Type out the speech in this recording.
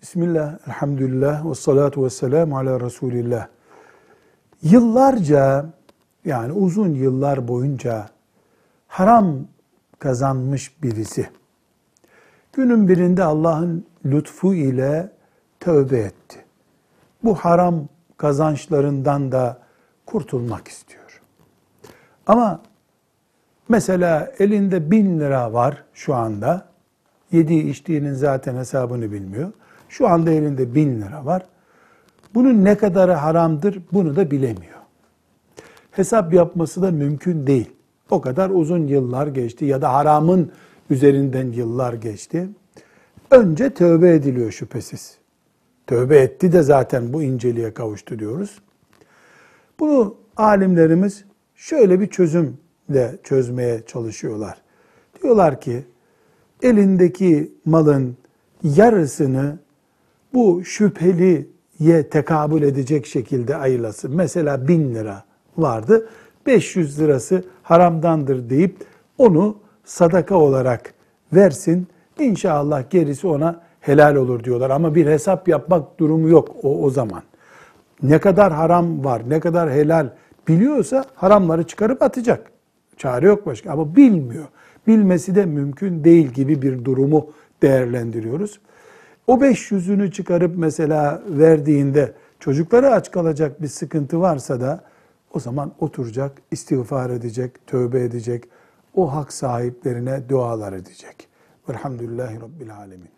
Bismillah, elhamdülillah, ve salatu ve selamu ala Resulillah. Yıllarca, yani uzun yıllar boyunca haram kazanmış birisi, günün birinde Allah'ın lütfu ile tövbe etti. Bu haram kazançlarından da kurtulmak istiyor. Ama mesela elinde 1000 lira var şu anda. Yediği içtiğinin zaten hesabını bilmiyor. Şu anda elinde 1000 lira var. Bunun ne kadarı haramdır bunu da bilemiyor. Hesap yapması da mümkün değil. O kadar uzun yıllar geçti ya da haramın üzerinden yıllar geçti. Önce tövbe ediliyor şüphesiz. Tövbe etti de zaten bu inceliğe kavuştu diyoruz. Bunu alimlerimiz şöyle bir çözümle çözmeye çalışıyorlar. Diyorlar ki elindeki malın yarısını bu şüpheliye tekabül edecek şekilde ayırlasın. Mesela 1000 lira vardı, 500 lirası haramdandır deyip onu sadaka olarak versin. İnşallah gerisi ona helal olur diyorlar. Ama bir hesap yapmak durumu yok o zaman. Ne kadar haram var, ne kadar helal biliyorsa haramları çıkarıp atacak. Çare yok başka ama bilmiyor. Bilmesi de mümkün değil gibi bir durumu değerlendiriyoruz. O 500'ünü çıkarıp mesela verdiğinde çocukları aç kalacak bir sıkıntı varsa da o zaman oturacak, istiğfar edecek, tövbe edecek, o hak sahiplerine dualar edecek. Velhamdülillahi Rabbil Alemin.